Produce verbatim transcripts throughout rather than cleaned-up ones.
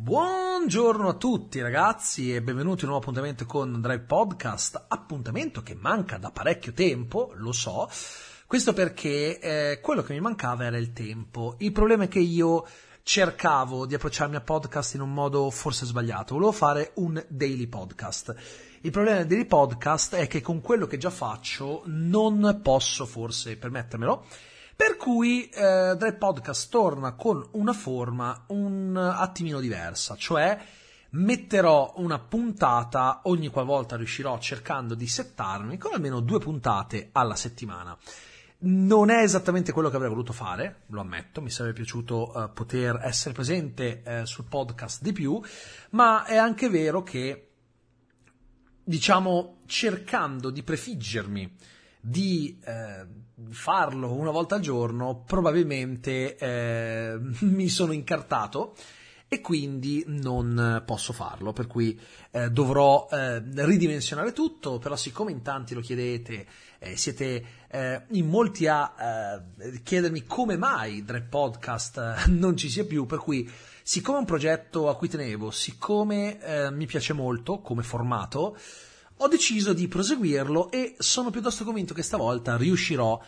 Buongiorno a tutti ragazzi e benvenuti in un nuovo appuntamento con Drive Podcast, appuntamento che manca da parecchio tempo, lo so, questo perché eh, quello che mi mancava era il tempo. Il problema è che io cercavo di approcciarmi a podcast in un modo forse sbagliato, volevo fare un daily podcast. Il problema del daily podcast è che con quello che già faccio non posso forse permettermelo, per cui eh, Drive Podcast torna con una forma un attimino diversa, cioè metterò una puntata ogni qualvolta riuscirò, cercando di settarmi con almeno due puntate alla settimana. Non è esattamente quello che avrei voluto fare, lo ammetto, mi sarebbe piaciuto uh, poter essere presente uh, sul podcast di più, ma è anche vero che, diciamo, cercando di prefiggermi di eh, farlo una volta al giorno, probabilmente eh, mi sono incartato e quindi non posso farlo, per cui eh, dovrò eh, ridimensionare tutto. Però siccome in tanti lo chiedete, eh, siete eh, in molti a eh, chiedermi come mai Drive Podcast eh, non ci sia più, per cui siccome è un progetto a cui tenevo, siccome eh, mi piace molto come formato, ho deciso di proseguirlo e sono piuttosto convinto che stavolta riuscirò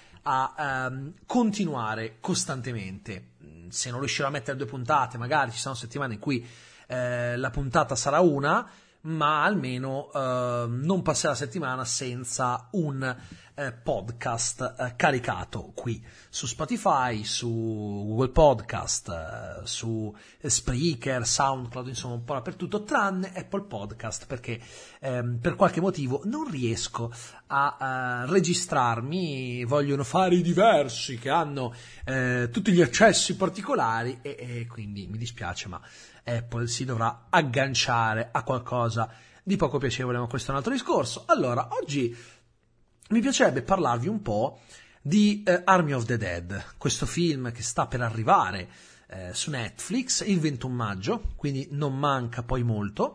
a um, continuare costantemente. Se non riuscirò a mettere due puntate, magari ci saranno settimane in cui eh, la puntata sarà una, ma almeno eh, non passerà la settimana senza un eh, podcast eh, caricato qui su Spotify, su Google Podcast, eh, su Spreaker, SoundCloud, insomma un po' dappertutto, tranne Apple Podcast, perché ehm, per qualche motivo non riesco a, a registrarmi. Vogliono fare i diversi che hanno eh, tutti gli accessi particolari e, e quindi mi dispiace, ma Apple si dovrà agganciare a qualcosa di poco piacevole, ma questo è un altro discorso. Allora, oggi mi piacerebbe parlarvi un po' di eh, Army of the Dead, questo film che sta per arrivare eh, su Netflix il ventuno maggio, quindi non manca poi molto,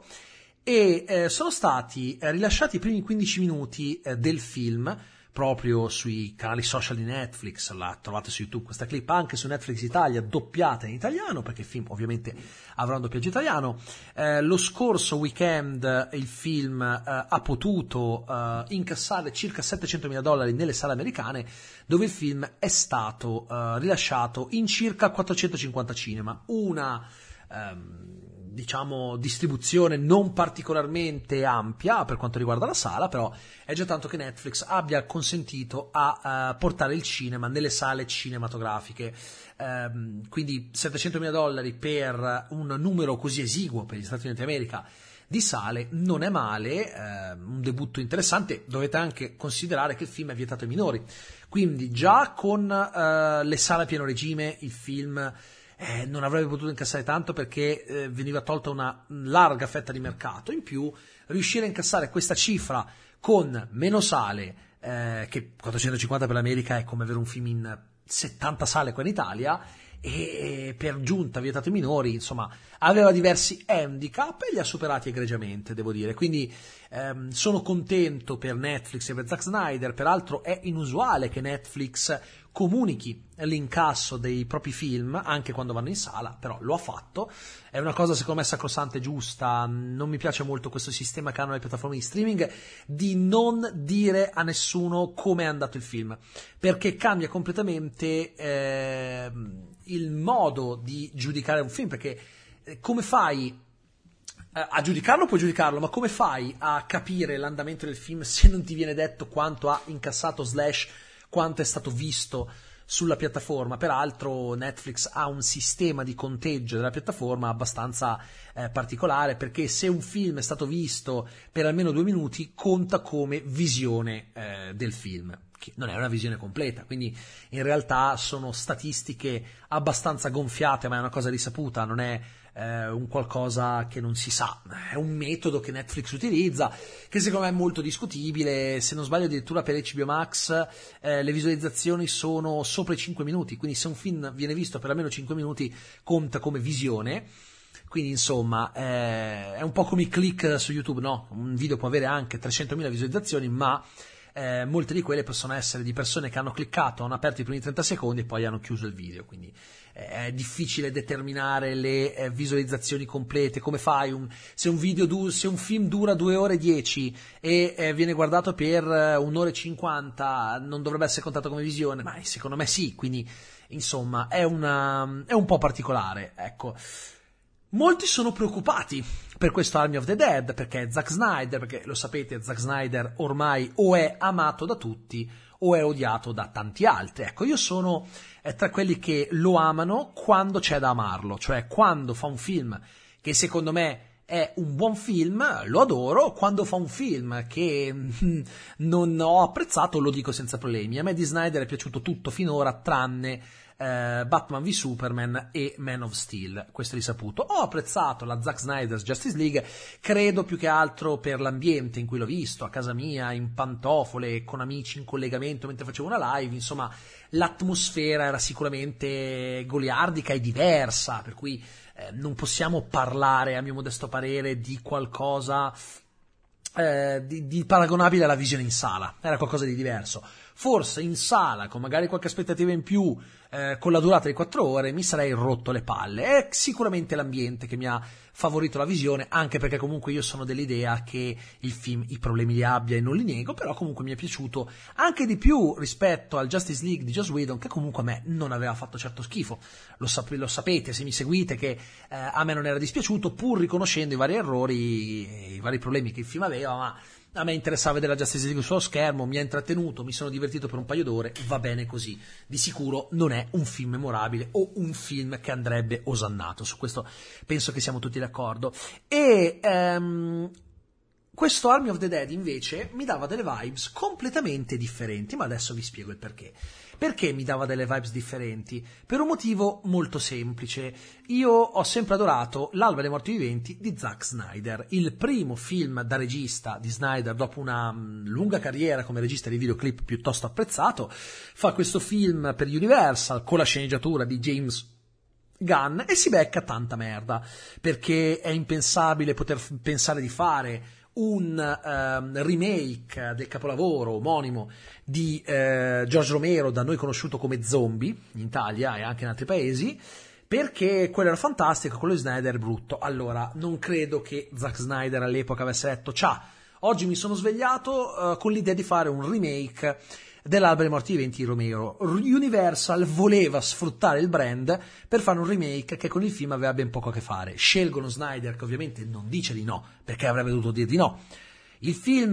e eh, sono stati eh, rilasciati i primi quindici minuti eh, del film proprio sui canali social di Netflix. La trovate su YouTube questa clip, anche su Netflix Italia, doppiata in italiano, perché il film ovviamente avrà un doppiaggio italiano. Eh, lo scorso weekend il film eh, ha potuto eh, incassare circa settecentomila dollari nelle sale americane, dove il film è stato eh, rilasciato in circa quattrocentocinquanta cinema. Una ehm, diciamo distribuzione non particolarmente ampia per quanto riguarda la sala, però è già tanto che Netflix abbia consentito a uh, portare il cinema nelle sale cinematografiche. Um, quindi settecentomila dollari per un numero così esiguo per gli Stati Uniti d'America di sale non è male, eh, un debutto interessante. Dovete anche considerare che il film è vietato ai minori, quindi già con uh, le sale a pieno regime il film Eh, non avrebbe potuto incassare tanto, perché eh, veniva tolta una larga fetta di mercato. In più, riuscire a incassare questa cifra con meno sale, eh, che quattrocentocinquanta per l'America è come avere un film in settanta sale qua in Italia, e per giunta vietato ai minori, insomma aveva diversi handicap e li ha superati egregiamente, devo dire. Quindi ehm, sono contento per Netflix e per Zack Snyder. Peraltro è inusuale che Netflix comunichi l'incasso dei propri film anche quando vanno in sala, però lo ha fatto. È una cosa secondo me sacrosanta e giusta. Non mi piace molto questo sistema che hanno le piattaforme di streaming di non dire a nessuno come è andato il film, perché cambia completamente eh, il modo di giudicare un film. Perché eh, come fai eh, a giudicarlo? Puoi giudicarlo, ma come fai a capire l'andamento del film se non ti viene detto quanto ha incassato slash quanto è stato visto sulla piattaforma? Peraltro Netflix ha un sistema di conteggio della piattaforma abbastanza eh, particolare, perché se un film è stato visto per almeno due minuti conta come visione eh, del film, che non è una visione completa. Quindi in realtà sono statistiche abbastanza gonfiate, ma è una cosa risaputa, non è eh, un qualcosa che non si sa, è un metodo che Netflix utilizza, che secondo me è molto discutibile. Se non sbaglio addirittura per H B O Max eh, le visualizzazioni sono sopra i cinque minuti, quindi se un film viene visto per almeno cinque minuti conta come visione. Quindi insomma eh, è un po' come i click su YouTube, no? Un video può avere anche trecentomila visualizzazioni, ma eh, molte di quelle possono essere di persone che hanno cliccato, hanno aperto i primi trenta secondi e poi hanno chiuso il video, quindi eh, è difficile determinare le eh, visualizzazioni complete. Come fai? Un, se, un video du- se un film dura due ore e dieci e eh, viene guardato per eh, un'ora e cinquanta, non dovrebbe essere contato come visione? Ma secondo me sì, quindi insomma è, una, è un po' particolare, ecco. Molti sono preoccupati per questo Army of the Dead, perché è Zack Snyder, perché lo sapete, Zack Snyder ormai o è amato da tutti o è odiato da tanti altri. Ecco, io sono eh, tra quelli che lo amano quando c'è da amarlo, cioè quando fa un film che secondo me è un buon film, lo adoro. Quando fa un film che mm, non ho apprezzato, lo dico senza problemi. A me di Snyder è piaciuto tutto finora, tranne eh, Batman v Superman e Man of Steel, questo è risaputo. Ho apprezzato la Zack Snyder's Justice League, credo più che altro per l'ambiente in cui l'ho visto, a casa mia, in pantofole, con amici in collegamento mentre facevo una live, insomma l'atmosfera era sicuramente goliardica e diversa, per cui eh, non possiamo parlare, a mio modesto parere, di qualcosa eh, di, di paragonabile alla visione in sala, era qualcosa di diverso. Forse in sala, con magari qualche aspettativa in più, eh, con la durata di quattro ore, mi sarei rotto le palle. È sicuramente l'ambiente che mi ha favorito la visione, anche perché comunque io sono dell'idea che il film i problemi li abbia e non li nego, però comunque mi è piaciuto anche di più rispetto al Justice League di Joss Whedon, che comunque a me non aveva fatto certo schifo. Lo, sap- lo sapete, se mi seguite, che eh, a me non era dispiaciuto, pur riconoscendo i vari errori, i vari problemi che il film aveva, ma a me interessava vedere la Justice League sullo schermo, mi ha intrattenuto, mi sono divertito per un paio d'ore, va bene così. Di sicuro non è un film memorabile o un film che andrebbe osannato, su questo penso che siamo tutti d'accordo. E ehm, questo Army of the Dead invece mi dava delle vibes completamente differenti, ma adesso vi spiego il perché. Perché mi dava delle vibes differenti? Per un motivo molto semplice. Io ho sempre adorato L'alba dei morti viventi di Zack Snyder, il primo film da regista di Snyder dopo una lunga carriera come regista di videoclip piuttosto apprezzato. Fa questo film per Universal con la sceneggiatura di James Gunn e si becca tanta merda, perché è impensabile poter f- pensare di fare un uh, remake del capolavoro omonimo di uh, George Romero, da noi conosciuto come Zombie in Italia e anche in altri paesi, perché quello era fantastico, quello di Snyder è brutto. Allora, non credo che Zack Snyder all'epoca avesse detto ciao, oggi mi sono svegliato uh, con l'idea di fare un remake dell'Alba dei morti viventi di Romero. Universal voleva sfruttare il brand per fare un remake che con il film aveva ben poco a che fare. Scelgono Snyder, che ovviamente non dice di no, perché avrebbe dovuto dire di no. Il film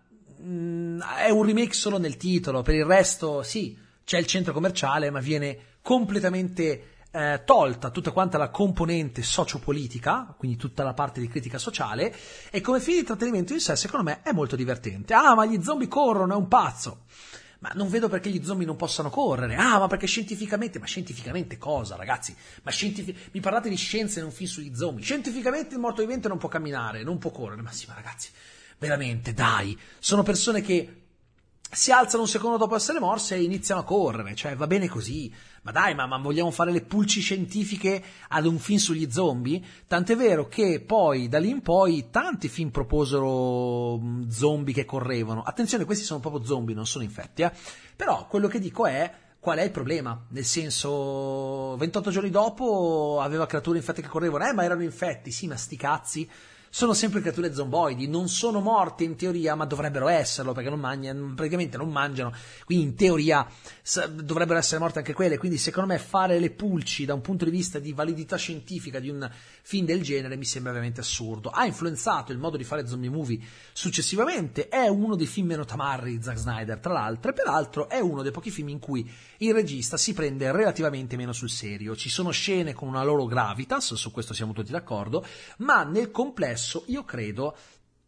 mh, è un remake solo nel titolo, per il resto sì, c'è il centro commerciale, ma viene completamente eh, tolta tutta quanta la componente sociopolitica, quindi tutta la parte di critica sociale, e come film di intrattenimento in sé secondo me è molto divertente. Ah, ma gli zombie corrono, è un pazzo! Ma non vedo perché gli zombie non possano correre. Ah, ma perché scientificamente? Ma scientificamente cosa, ragazzi? Ma scientific- mi parlate di scienza in un film sugli zombie? Scientificamente il morto vivente non può camminare, non può correre. Ma sì, ma ragazzi, veramente, dai. Sono persone che si alzano un secondo dopo essere morse e iniziano a correre. Cioè, va bene così. Ma dai, ma, ma vogliamo fare le pulci scientifiche ad un film sugli zombie? Tant'è vero che poi, da lì in poi, tanti film proposero zombie che correvano. Attenzione, questi sono proprio zombie, non sono infetti, eh? Però quello che dico è, qual è il problema? Nel senso, ventotto giorni dopo aveva creature infette che correvano. Eh, ma erano infetti. Sì, ma sti cazzi. Sono sempre creature zomboidi, non sono morte in teoria, ma dovrebbero esserlo, perché non mangiano, praticamente non mangiano, quindi in teoria dovrebbero essere morte anche quelle. Quindi secondo me fare le pulci da un punto di vista di validità scientifica di un film del genere mi sembra veramente assurdo. Ha influenzato il modo di fare zombie movie successivamente, è uno dei film meno tamarri di Zack Snyder tra l'altro, e peraltro è uno dei pochi film in cui il regista si prende relativamente meno sul serio. Ci sono scene con una loro gravitas, su questo siamo tutti d'accordo, ma nel complesso io credo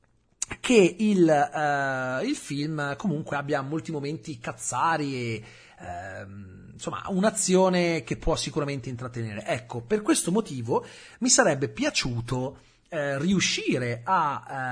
che il, uh, il film comunque abbia molti momenti cazzari e uh, insomma un'azione che può sicuramente intrattenere. Ecco, per questo motivo mi sarebbe piaciuto uh, riuscire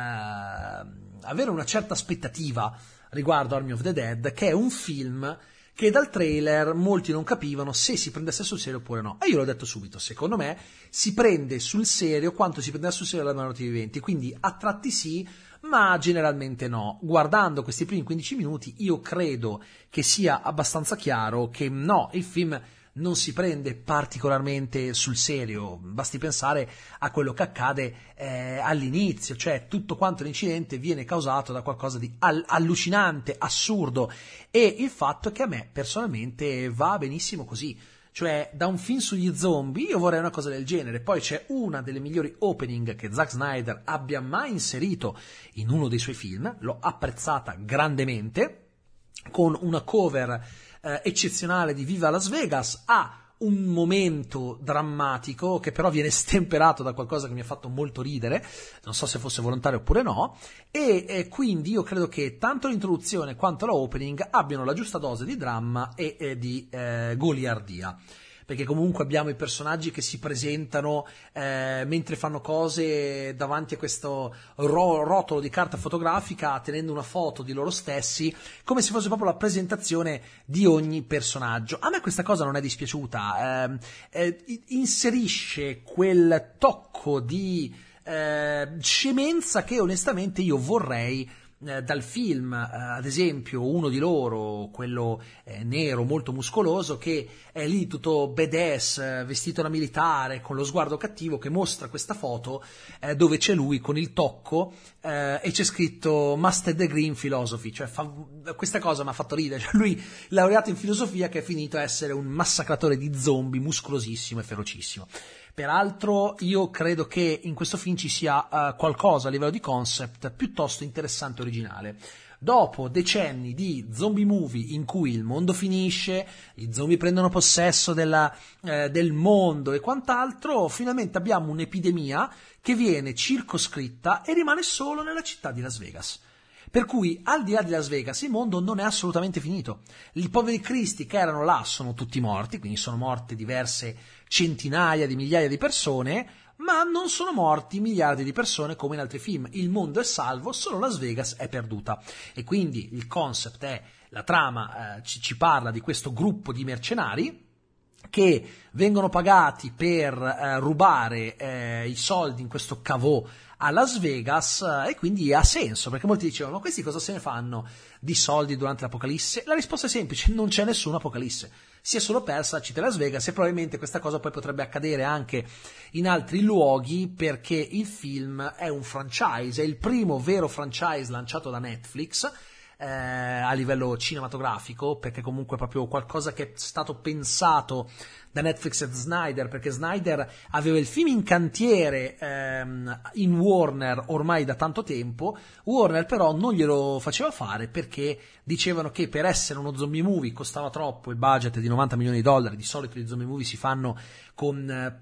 a uh, avere una certa aspettativa riguardo Army of the Dead, che è un film che dal trailer molti non capivano se si prendesse sul serio oppure no. E io l'ho detto subito, secondo me si prende sul serio quanto si prendeva sul serio la Morti Viventi, quindi a tratti sì, ma generalmente no. Guardando questi primi quindici minuti io credo che sia abbastanza chiaro che no, il film non si prende particolarmente sul serio, basti pensare a quello che accade eh, all'inizio, cioè tutto quanto l'incidente viene causato da qualcosa di all- allucinante, assurdo, e il fatto è che a me personalmente va benissimo così. Cioè, da un film sugli zombie io vorrei una cosa del genere. Poi c'è una delle migliori opening che Zack Snyder abbia mai inserito in uno dei suoi film, l'ho apprezzata grandemente, con una cover eh, eccezionale di Viva Las Vegas, ha un momento drammatico che però viene stemperato da qualcosa che mi ha fatto molto ridere, non so se fosse volontario oppure no, e eh, quindi io credo che tanto l'introduzione quanto la opening abbiano la giusta dose di dramma e eh, di eh, goliardia, perché comunque abbiamo i personaggi che si presentano eh, mentre fanno cose davanti a questo ro- rotolo di carta fotografica, tenendo una foto di loro stessi, come se fosse proprio la presentazione di ogni personaggio. A me questa cosa non è dispiaciuta, eh, eh, inserisce quel tocco di eh, scemenza che onestamente io vorrei dal film, ad esempio uno di loro, quello eh, nero molto muscoloso, che è lì tutto badass, vestito da militare, con lo sguardo cattivo, che mostra questa foto eh, dove c'è lui con il tocco eh, e c'è scritto Master Degree in Philosophy, cioè fa, questa cosa mi ha fatto ridere, cioè lui laureato in filosofia che è finito a essere un massacratore di zombie muscolosissimo e ferocissimo. Peraltro io credo che in questo film ci sia uh, qualcosa a livello di concept piuttosto interessante e originale. Dopo decenni di zombie movie in cui il mondo finisce, gli zombie prendono possesso della, eh, del mondo e quant'altro, finalmente abbiamo un'epidemia che viene circoscritta e rimane solo nella città di Las Vegas. Per cui, al di là di Las Vegas, il mondo non è assolutamente finito. I poveri cristi che erano là sono tutti morti, quindi sono morte diverse centinaia di migliaia di persone, ma non sono morti miliardi di persone come in altri film. Il mondo è salvo, solo Las Vegas è perduta. E quindi il concept è, la trama eh, ci, ci parla di questo gruppo di mercenari che vengono pagati per eh, rubare eh, i soldi in questo cavò a Las Vegas, eh, e quindi ha senso, perché molti dicevano: ma questi cosa se ne fanno di soldi durante l'apocalisse? La risposta è semplice: non c'è nessuna apocalisse, si è solo persa la città di Las Vegas, e probabilmente questa cosa poi potrebbe accadere anche in altri luoghi, perché il film è un franchise, è il primo vero franchise lanciato da Netflix eh, a livello cinematografico, perché comunque è proprio qualcosa che è stato pensato da Netflix e Snyder, perché Snyder aveva il film in cantiere ehm, in Warner ormai da tanto tempo. Warner però non glielo faceva fare perché dicevano che per essere uno zombie movie costava troppo, il budget è di novanta milioni di dollari, di solito gli zombie movie si fanno con eh,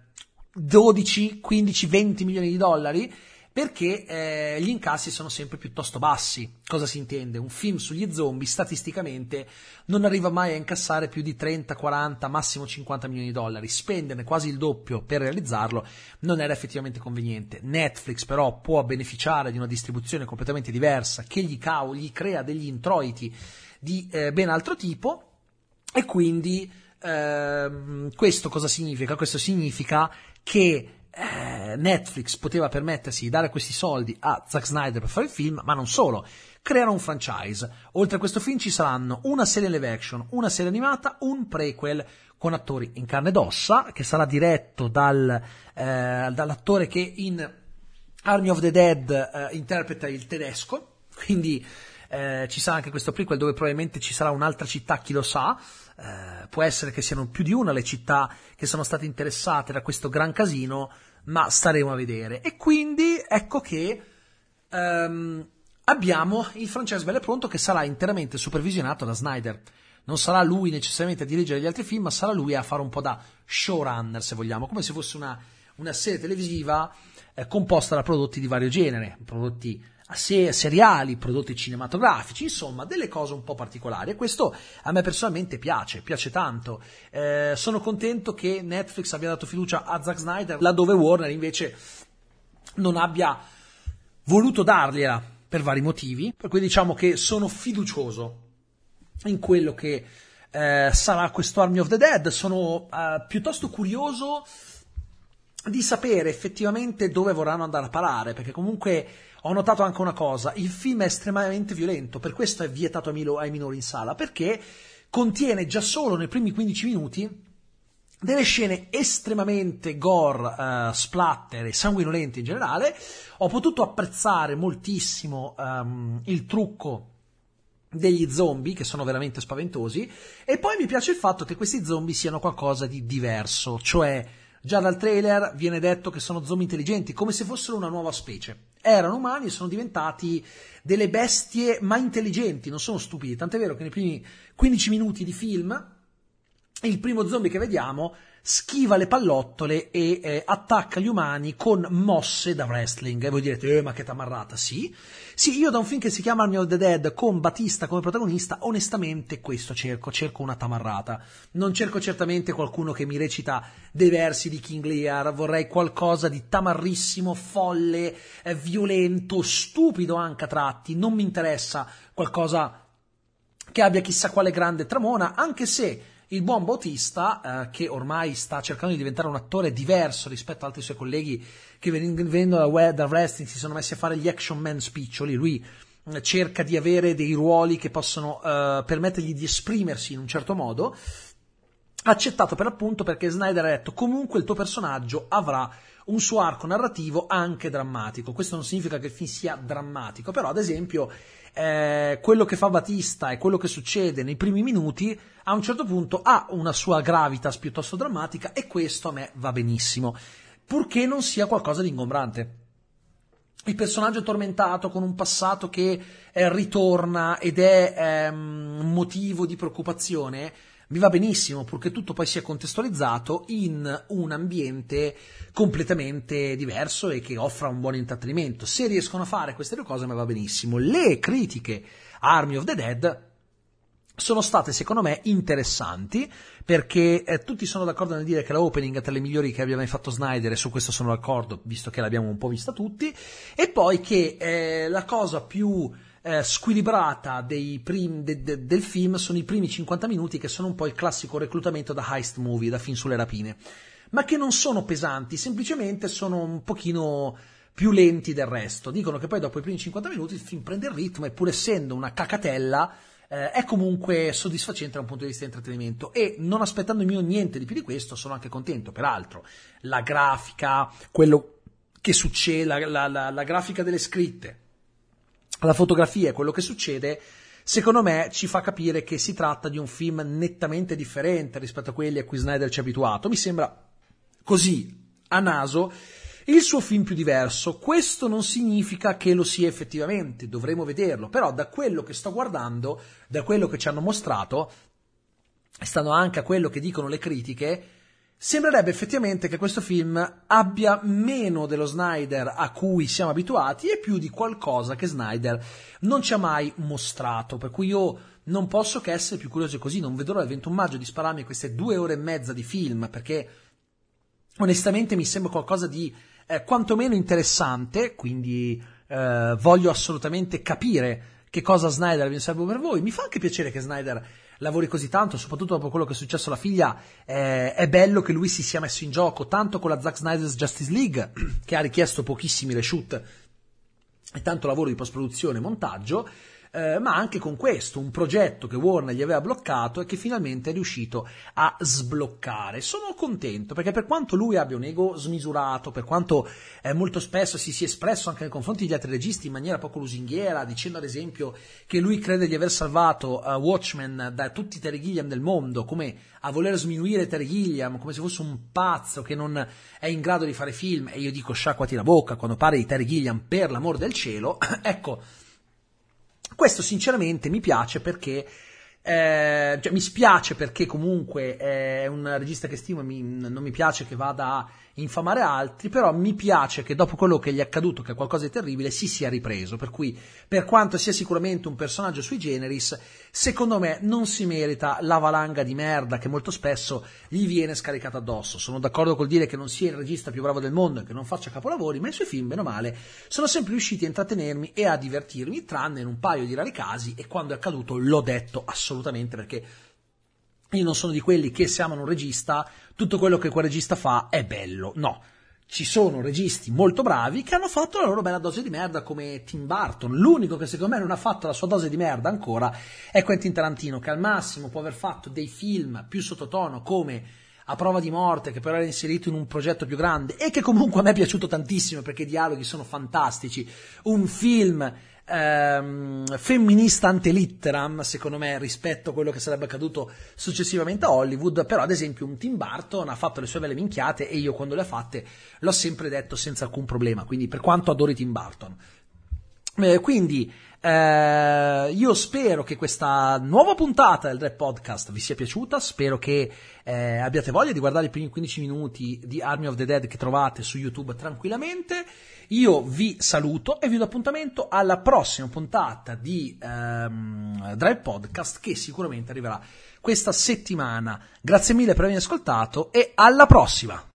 dodici, quindici, venti milioni di dollari, perché eh, gli incassi sono sempre piuttosto bassi. Cosa si intende? Un film sugli zombie statisticamente non arriva mai a incassare più di trenta, quaranta, massimo cinquanta milioni di dollari. Spenderne quasi il doppio per realizzarlo non era effettivamente conveniente. Netflix però può beneficiare di una distribuzione completamente diversa che gli, ca- gli crea degli introiti di eh, ben altro tipo, e quindi ehm, questo cosa significa? Questo significa che Eh, Netflix poteva permettersi di dare questi soldi a Zack Snyder per fare il film, ma non solo, creano un franchise. Oltre a questo film ci saranno una serie live action, una serie animata, un prequel con attori in carne ed ossa, che sarà diretto dal, eh, dall'attore che in Army of the Dead eh, interpreta il tedesco, quindi eh, ci sarà anche questo prequel dove probabilmente ci sarà un'altra città, chi lo sa. Uh, può essere che siano più di una le città che sono state interessate da questo gran casino, ma staremo a vedere. E quindi ecco che um, abbiamo il franchise bello e pronto, che sarà interamente supervisionato da Snyder. Non sarà lui necessariamente a dirigere gli altri film, ma sarà lui a fare un po' da showrunner, se vogliamo, come se fosse una, una serie televisiva eh, composta da prodotti di vario genere, prodotti seriali, prodotti cinematografici, insomma delle cose un po' particolari, e questo a me personalmente piace, piace tanto. Eh, sono contento che Netflix abbia dato fiducia a Zack Snyder laddove Warner invece non abbia voluto dargliela per vari motivi, per cui diciamo che sono fiducioso in quello che eh, sarà questo Army of the Dead. Sono eh, piuttosto curioso di sapere effettivamente dove vorranno andare a parare, perché comunque ho notato anche una cosa: il film è estremamente violento, per questo è vietato ai, milo- ai minori in sala, perché contiene già solo nei primi quindici minuti delle scene estremamente gore, uh, splatter e sanguinolente in generale. Ho potuto apprezzare moltissimo um, il trucco degli zombie, che sono veramente spaventosi, e poi mi piace il fatto che questi zombie siano qualcosa di diverso, cioè già dal trailer viene detto che sono zombie intelligenti, come se fossero una nuova specie. Erano umani e sono diventati delle bestie ma intelligenti, non sono stupidi, tant'è vero che nei primi quindici minuti di film il primo zombie che vediamo schiva le pallottole e eh, attacca gli umani con mosse da wrestling. E voi direte, eh, ma che tamarrata. Sì, sì, io da un film che si chiama Army of the Dead, con Batista come protagonista, onestamente questo cerco, cerco una tamarrata. Non cerco certamente qualcuno che mi recita dei versi di King Lear, vorrei qualcosa di tamarrissimo, folle, eh, violento, stupido anche a tratti. Non mi interessa qualcosa che abbia chissà quale grande tramona, anche se il buon Bautista, eh, che ormai sta cercando di diventare un attore diverso rispetto ad altri suoi colleghi che venendo da, web, da wrestling si sono messi a fare gli action man spiccioli, lui eh, cerca di avere dei ruoli che possono eh, permettergli di esprimersi in un certo modo, accettato per l'appunto perché Snyder ha detto comunque il tuo personaggio avrà un suo arco narrativo anche drammatico. Questo non significa che il film sia drammatico, però ad esempio eh, quello che fa Batista e quello che succede nei primi minuti a un certo punto ha una sua gravitas piuttosto drammatica, e questo a me va benissimo, purché non sia qualcosa di ingombrante. Il personaggio è tormentato con un passato che eh, ritorna ed è ehm, motivo di preoccupazione, mi va benissimo, purché tutto poi sia contestualizzato in un ambiente completamente diverso e che offra un buon intrattenimento. Se riescono a fare queste due cose mi va benissimo. Le critiche a Army of the Dead sono state secondo me interessanti, perché eh, tutti sono d'accordo nel dire che la opening è tra le migliori che abbia mai fatto Snyder, e su questo sono d'accordo visto che l'abbiamo un po' vista tutti, e poi che eh, la cosa più eh, squilibrata dei prim, de, de, del film sono i primi cinquanta minuti, che sono un po' il classico reclutamento da heist movie, da film sulle rapine, ma che non sono pesanti, semplicemente sono un pochino più lenti del resto. Dicono che poi dopo i primi cinquanta minuti il film prende il ritmo, e pur essendo una cacatella eh, è comunque soddisfacente da un punto di vista di intrattenimento, e non aspettandomi niente di più di questo sono anche contento. Peraltro la grafica, quello che succede, la, la, la, la grafica delle scritte, la fotografia e quello che succede, secondo me ci fa capire che si tratta di un film nettamente differente rispetto a quelli a cui Snyder ci ha abituato. Mi sembra così a naso il suo film più diverso. Questo non significa che lo sia effettivamente, dovremo vederlo, però da quello che sto guardando, da quello che ci hanno mostrato, e stando anche a quello che dicono le critiche, sembrerebbe effettivamente che questo film abbia meno dello Snyder a cui siamo abituati e più di qualcosa che Snyder non ci ha mai mostrato, per cui io non posso che essere più curioso così. Non vedrò il ventuno maggio di spararmi queste due ore e mezza di film, perché onestamente mi sembra qualcosa di eh, quantomeno interessante, quindi eh, voglio assolutamente capire che cosa Snyder vi serve per voi. Mi fa anche piacere che Snyder lavori così tanto, soprattutto dopo quello che è successo alla figlia. Eh, è bello che lui si sia messo in gioco tanto con la Zack Snyder's Justice League, che ha richiesto pochissimi reshoot e tanto lavoro di post-produzione e montaggio, eh, ma anche con questo, un progetto che Warner gli aveva bloccato e che finalmente è riuscito a sbloccare. Sono contento, perché per quanto lui abbia un ego smisurato, per quanto eh, molto spesso si sia espresso anche nei confronti degli altri registi in maniera poco lusinghiera, dicendo ad esempio che lui crede di aver salvato uh, Watchmen da tutti i Terry Gilliam del mondo, come a voler sminuire Terry Gilliam, come se fosse un pazzo che non è in grado di fare film, e io dico sciacquati la bocca quando parli di Terry Gilliam, per l'amor del cielo. Ecco, questo sinceramente mi piace, perché eh, cioè, mi spiace perché comunque è un regista che stimo e mi, non mi piace che vada a infamare altri, però mi piace che dopo quello che gli è accaduto, che è qualcosa di terribile, si sia ripreso, per cui per quanto sia sicuramente un personaggio sui generis, secondo me non si merita la valanga di merda che molto spesso gli viene scaricata addosso. Sono d'accordo col dire che non sia il regista più bravo del mondo e che non faccia capolavori, ma i suoi film, bene o male, sono sempre riusciti a intrattenermi e a divertirmi, tranne in un paio di rari casi, e quando è accaduto l'ho detto assolutamente, perché Io non sono di quelli che se amano un regista, tutto quello che quel regista fa è bello, no. Ci sono registi molto bravi che hanno fatto la loro bella dose di merda, come Tim Burton. L'unico che secondo me non ha fatto la sua dose di merda ancora è Quentin Tarantino, che al massimo può aver fatto dei film più sottotono come A prova di morte, che però era inserito in un progetto più grande e che comunque a me è piaciuto tantissimo perché i dialoghi sono fantastici. Un film ehm, femminista ante litteram, secondo me, rispetto a quello che sarebbe accaduto successivamente a Hollywood. Però ad esempio un Tim Burton ha fatto le sue belle minchiate e io quando le ha fatte l'ho sempre detto senza alcun problema, quindi per quanto adori Tim Burton. Eh, quindi eh, io spero che questa nuova puntata del Drive Podcast vi sia piaciuta, spero che eh, abbiate voglia di guardare i primi quindici minuti di Army of the Dead che trovate su YouTube tranquillamente. Io vi saluto e vi do appuntamento alla prossima puntata di ehm, Drive Podcast, che sicuramente arriverà questa settimana. Grazie mille per avermi ascoltato e alla prossima!